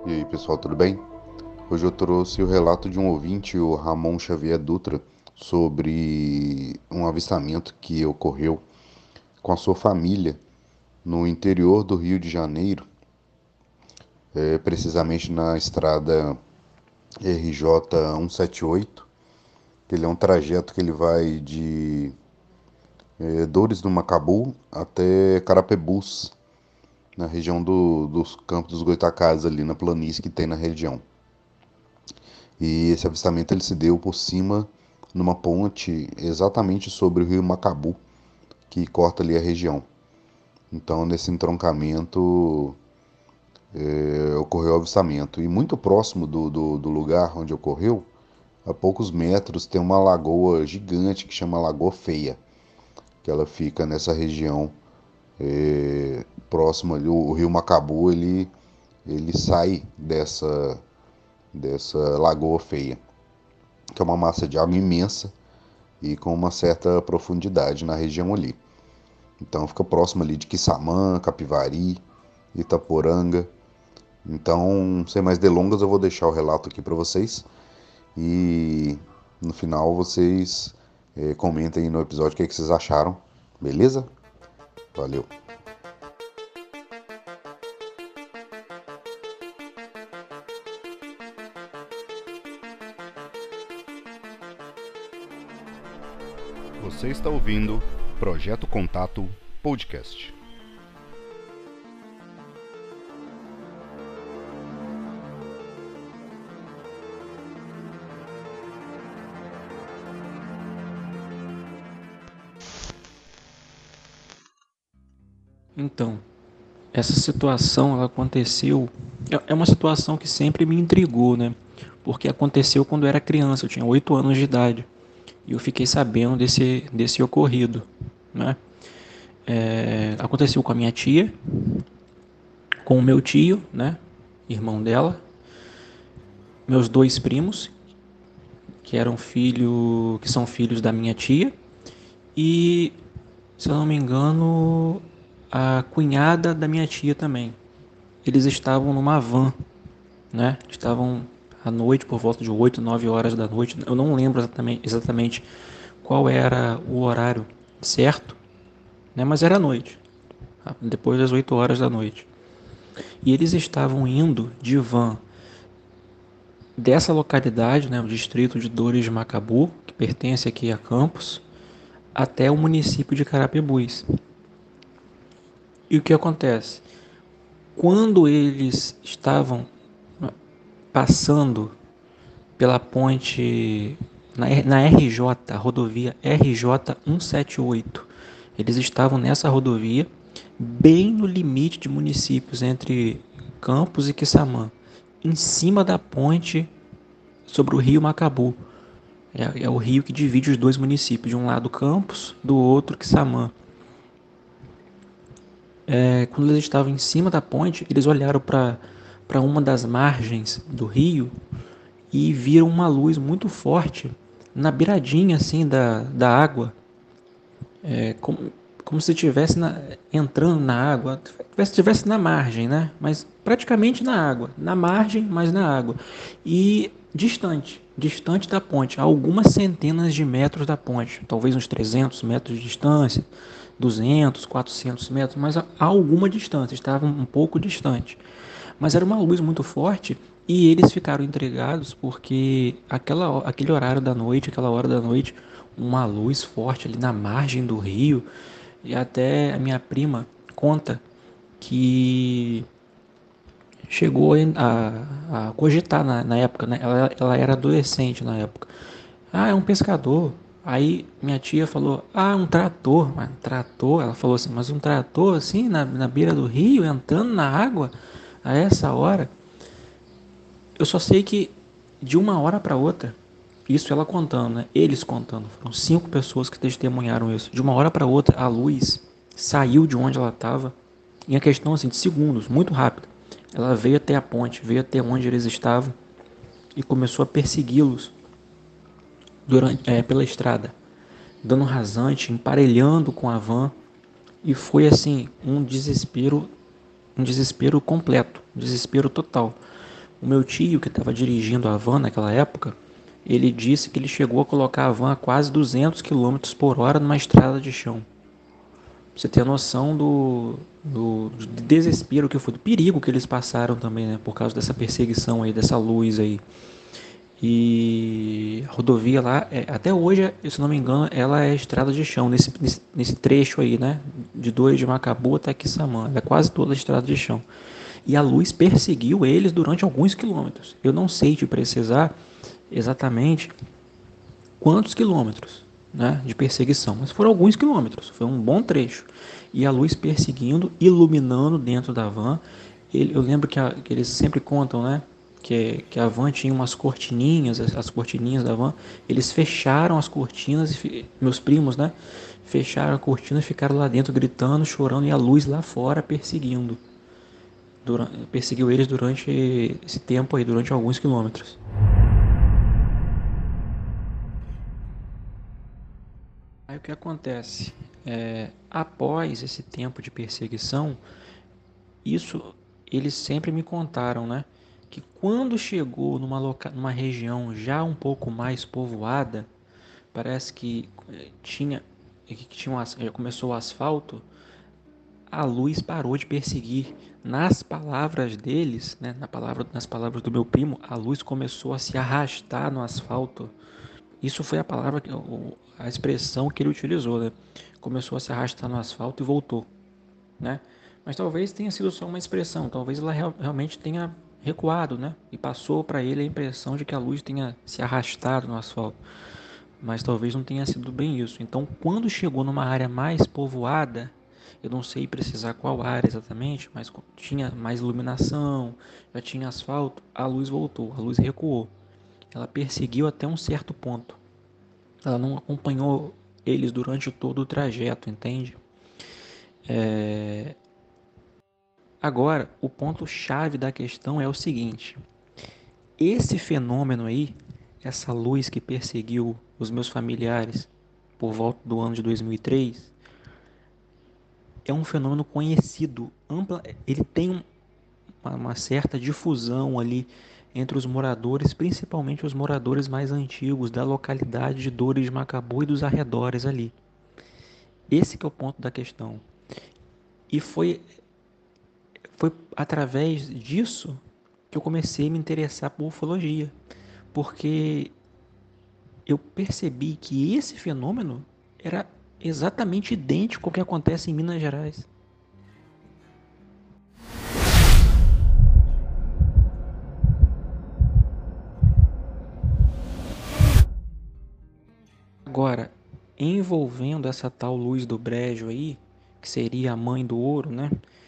E aí, pessoal, tudo bem? Hoje eu trouxe o relato de um ouvinte, o Ramon Xavier Dutra, sobre um avistamento que ocorreu com a sua família no interior do Rio de Janeiro, precisamente na estrada RJ 178. Ele é um trajeto que ele vai de Dores do Macabu até Carapebus, na região dos Campos dos Goitacazes, ali na planície que tem na região. E esse avistamento ele se deu por cima numa ponte exatamente sobre o rio Macabu, que corta ali a região. Então, nesse entroncamento, ocorreu o avistamento. E muito próximo do lugar onde ocorreu, a poucos metros, tem uma lagoa gigante que chama Lagoa Feia, que ela fica nessa região próxima ali. O rio Macabu ele sai dessa Lagoa Feia, que é uma massa de água imensa e com uma certa profundidade na região ali. Então fica próximo ali de Quissamã, Capivari, Itaporanga. Então, sem mais delongas, eu vou deixar o relato aqui para vocês e no final vocês comentem no episódio o que vocês acharam, beleza? Valeu! Você está ouvindo Projeto Contato Podcast. Então, essa situação ela aconteceu. É uma situação que sempre me intrigou, né? Porque aconteceu quando eu era criança, eu tinha 8 anos de idade. E eu fiquei sabendo desse ocorrido, né? Aconteceu com a minha tia, com o meu tio, né? Irmão dela, meus dois primos, que são filhos da minha tia, e, se eu não me engano, a cunhada da minha tia também. Eles estavam numa van, né? Estavam à noite, por volta de 8, 9 horas da noite. Eu não lembro exatamente qual era o horário certo, né? Mas era à noite, depois das 8 horas da noite. E eles estavam indo de van dessa localidade, né, o distrito de Dores de Macabu, que pertence aqui a Campos, até o município de Carapebus. E o que acontece? Quando eles estavam passando pela ponte na RJ, a rodovia RJ 178. Eles estavam nessa rodovia, bem no limite de municípios entre Campos e Quissamã, em cima da ponte sobre o rio Macabu. É o rio que divide os dois municípios, de um lado Campos, do outro Quissamã. Quando eles estavam em cima da ponte, eles olharam para uma das margens do rio e viram uma luz muito forte na beiradinha assim da água, é, como se estivesse entrando na água, estivesse na margem, né? Mas praticamente na água, na margem, mas na água. E distante da ponte, a algumas centenas de metros da ponte, talvez uns 300 metros de distância, 200, 400 metros, mas a alguma distância, estava um pouco distante. Mas era uma luz muito forte e eles ficaram intrigados porque aquele horário da noite, aquela hora da noite, uma luz forte ali na margem do rio. E até a minha prima conta que chegou a cogitar na época, né? Ela era adolescente na época. Ah, é um pescador. Aí minha tia falou, ah, um trator. Mas um trator? Ela falou assim, mas um trator assim, na beira do rio, entrando na água a essa hora? Eu só sei que de uma hora para outra, isso ela contando, né? Eles contando, foram 5 pessoas que testemunharam isso. De uma hora para outra, a luz saiu de onde ela estava em a questão assim de segundos, muito rápida. Ela veio até a ponte, veio até onde eles estavam e começou a persegui-los pela estrada, dando rasante, emparelhando com a van, e foi assim um desespero completo, um desespero total. O meu tio, que estava dirigindo a van naquela época, ele disse que ele chegou a colocar a van a quase 200 quilômetros por hora numa estrada de chão. Você tem a noção do desespero que foi, do perigo que eles passaram também, né? Por causa dessa perseguição aí, dessa luz aí. E a rodovia lá, até hoje, se não me engano, ela é estrada de chão, nesse trecho aí, né? De Macabu até Quissamã. Ela é quase toda estrada de chão. E a luz perseguiu eles durante alguns quilômetros. Eu não sei te precisar exatamente quantos quilômetros, né, de perseguição, mas foram alguns quilômetros, foi um bom trecho. E a luz perseguindo, iluminando dentro da van. Eu lembro que eles sempre contam, né, que a van tinha umas cortininhas, as cortininhas da van, eles fecharam as cortinas, meus primos, né, fecharam a cortina e ficaram lá dentro gritando, chorando, e a luz lá fora perseguindo. Perseguiu eles durante esse tempo aí, durante alguns quilômetros. Aí o que acontece? Após esse tempo de perseguição, isso eles sempre me contaram, né? Que quando chegou numa região já um pouco mais povoada, parece que começou o asfalto, a luz parou de perseguir. Nas palavras deles, né, nas palavras do meu primo, a luz começou a se arrastar no asfalto. Isso foi a palavra, a expressão que ele utilizou, né? Começou a se arrastar no asfalto e voltou, né? Mas talvez tenha sido só uma expressão, talvez ela realmente tenha recuado, né? E passou para ele a impressão de que a luz tenha se arrastado no asfalto. Mas talvez não tenha sido bem isso. Então, quando chegou numa área mais povoada, eu não sei precisar qual área exatamente, mas tinha mais iluminação, já tinha asfalto, a luz voltou, a luz recuou. Ela perseguiu até um certo ponto. Ela não acompanhou eles durante todo o trajeto, entende? Agora, o ponto-chave da questão é o seguinte: esse fenômeno aí, essa luz que perseguiu os meus familiares por volta do ano de 2003, é um fenômeno conhecido, ele tem uma certa difusão ali entre os moradores, principalmente os moradores mais antigos da localidade de Dores de Macabu e dos arredores ali. Esse que é o ponto da questão. E foi através disso que eu comecei a me interessar por ufologia, porque eu percebi que esse fenômeno era exatamente idêntico ao que acontece em Minas Gerais. Agora, envolvendo essa tal luz do brejo aí, que seria a mãe do ouro, né?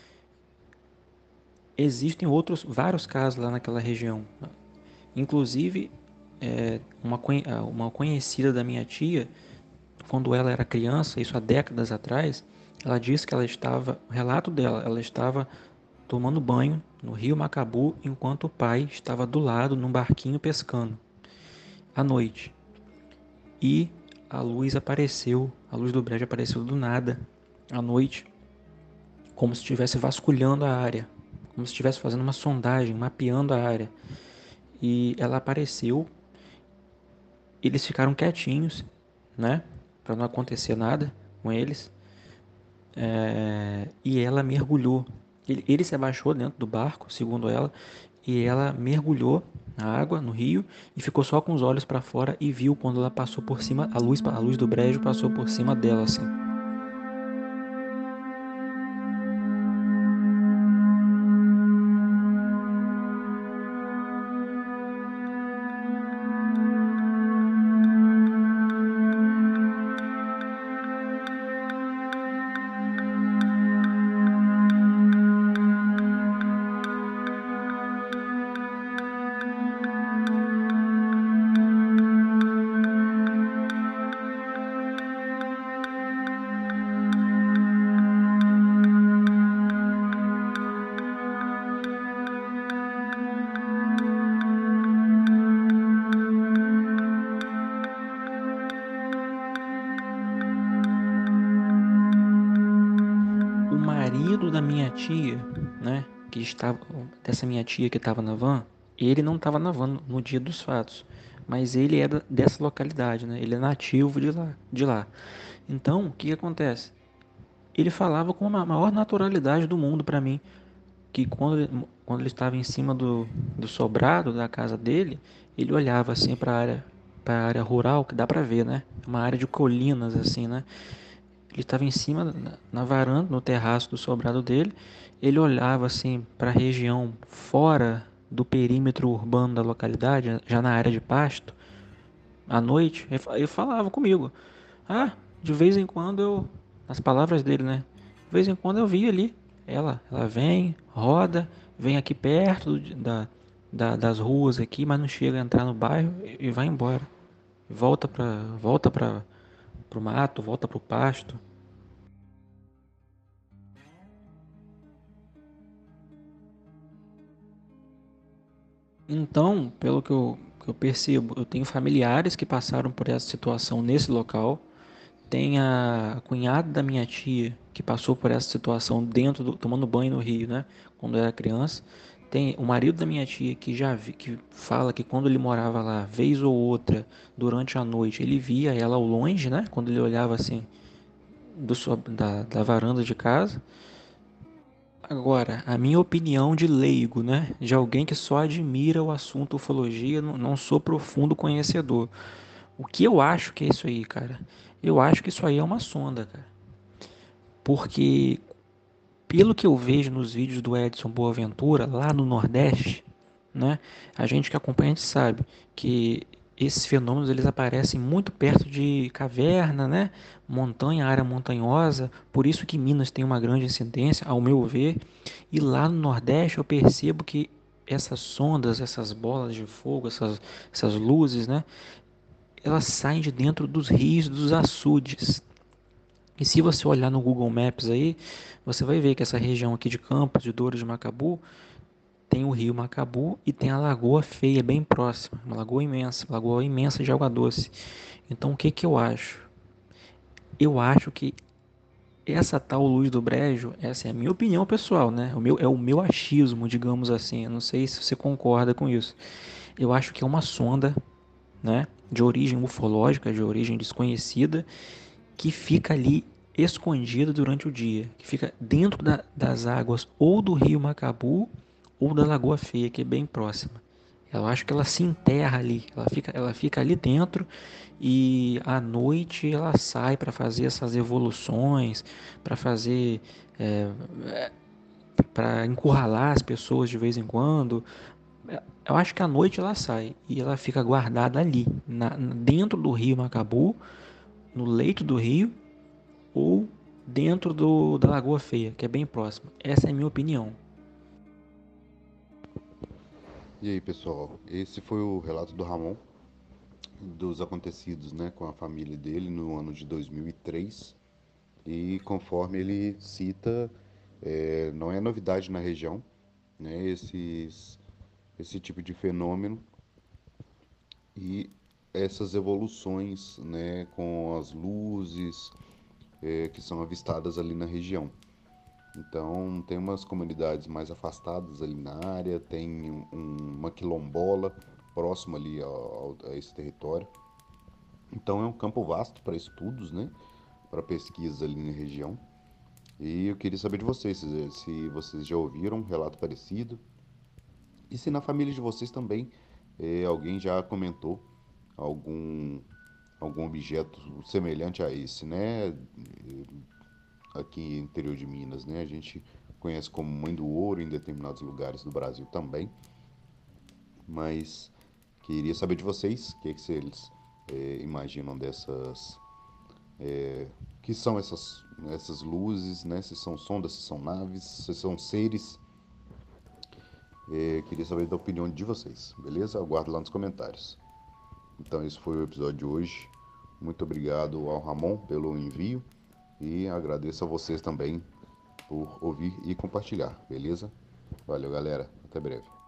Existem vários casos lá naquela região. Inclusive, uma conhecida da minha tia, quando ela era criança, isso há décadas atrás, ela disse que o relato dela, ela estava tomando banho no rio Macabu enquanto o pai estava do lado num barquinho pescando, à noite. E a luz do brejo apareceu do nada, à noite, como se estivesse vasculhando a área, como se estivesse fazendo uma sondagem, mapeando a área. E ela apareceu, eles ficaram quietinhos, né, para não acontecer nada com eles. E ela mergulhou. Ele se abaixou dentro do barco, segundo ela, e ela mergulhou na água, no rio, e ficou só com os olhos para fora e viu quando ela passou por cima, a luz do brejo passou por cima dela, assim. O marido da minha tia, né, dessa minha tia que estava na van, ele não estava na van no dia dos fatos, mas ele é dessa localidade, né? Ele é nativo de lá. Então, o que que acontece? Ele falava com a maior naturalidade do mundo para mim, que quando ele estava em cima do sobrado da casa dele, ele olhava assim para a área rural, que dá para ver, né? Uma área de colinas assim, né? Ele estava em cima na varanda, no terraço do sobrado dele. Ele olhava assim para a região fora do perímetro urbano da localidade, já na área de pasto, à noite. Ele falava comigo: "Ah, de vez em quando eu, nas palavras dele, né? De vez em quando eu vi ali. Ela vem, roda, vem aqui perto das ruas aqui, mas não chega a entrar no bairro e vai embora. Volta para pro mato, volta pro pasto." Então, pelo que eu percebo, eu tenho familiares que passaram por essa situação nesse local. Tem a cunhada da minha tia que passou por essa situação tomando banho no rio, né? Quando era criança. Tem o marido da minha tia que já vi, que fala que quando ele morava lá, vez ou outra, durante a noite, ele via ela ao longe, né? Quando ele olhava assim da varanda de casa. Agora, a minha opinião de leigo, né? De alguém que só admira o assunto ufologia, não sou profundo conhecedor. O que eu acho que é isso aí, cara? Eu acho que isso aí é uma sonda, cara. Porque, pelo que eu vejo nos vídeos do Edson Boaventura, lá no Nordeste, né? A gente que acompanha, a gente sabe que esses fenômenos eles aparecem muito perto de caverna, né? Montanha, área montanhosa, por isso que Minas tem uma grande incidência, ao meu ver. E lá no Nordeste eu percebo que essas sondas, essas bolas de fogo, essas luzes, né? Elas saem de dentro dos rios, dos açudes. E se você olhar no Google Maps aí, você vai ver que essa região aqui de Campos, de Dores de Macabu, tem o rio Macabu e tem a Lagoa Feia bem próxima, uma lagoa imensa de água doce. Então o que que eu acho? Eu acho que essa tal luz do brejo, essa é a minha opinião pessoal, né? É o meu achismo, digamos assim. Eu não sei se você concorda com isso. Eu acho que é uma sonda, né, de origem ufológica, de origem desconhecida, que fica ali escondida durante o dia, que fica dentro das águas ou do rio Macabu ou da Lagoa Feia, que é bem próxima. Eu acho que ela se enterra ali, ela fica ali dentro e à noite ela sai para fazer essas evoluções, para fazer, é, para encurralar as pessoas de vez em quando. Eu acho que à noite ela sai e ela fica guardada ali, dentro do rio Macabu, no leito do rio ou dentro da Lagoa Feia, que é bem próximo. Essa é a minha opinião. E aí, pessoal, esse foi o relato do Ramon, dos acontecidos, né, com a família dele no ano de 2003. E conforme ele cita, não é novidade na região, né, esse tipo de fenômeno e essas evoluções, né, com as luzes, que são avistadas ali na região. Então, tem umas comunidades mais afastadas ali na área, tem uma quilombola próximo ali a esse território. Então, é um campo vasto para estudos, né? Para pesquisa ali na região. E eu queria saber de vocês, se vocês já ouviram um relato parecido e se na família de vocês também alguém já comentou algum, algum objeto semelhante a esse, né? Aqui no interior de Minas, né? A gente conhece como Mãe do Ouro em determinados lugares do Brasil também, mas queria saber de vocês o que vocês imaginam dessas, que são essas luzes, né? Se são sondas, se são naves, se são seres. Queria saber da opinião de vocês, beleza? Aguardo lá nos comentários. Então esse foi o episódio de hoje. Muito obrigado ao Ramon pelo envio e agradeço a vocês também por ouvir e compartilhar, beleza? Valeu, galera. Até breve.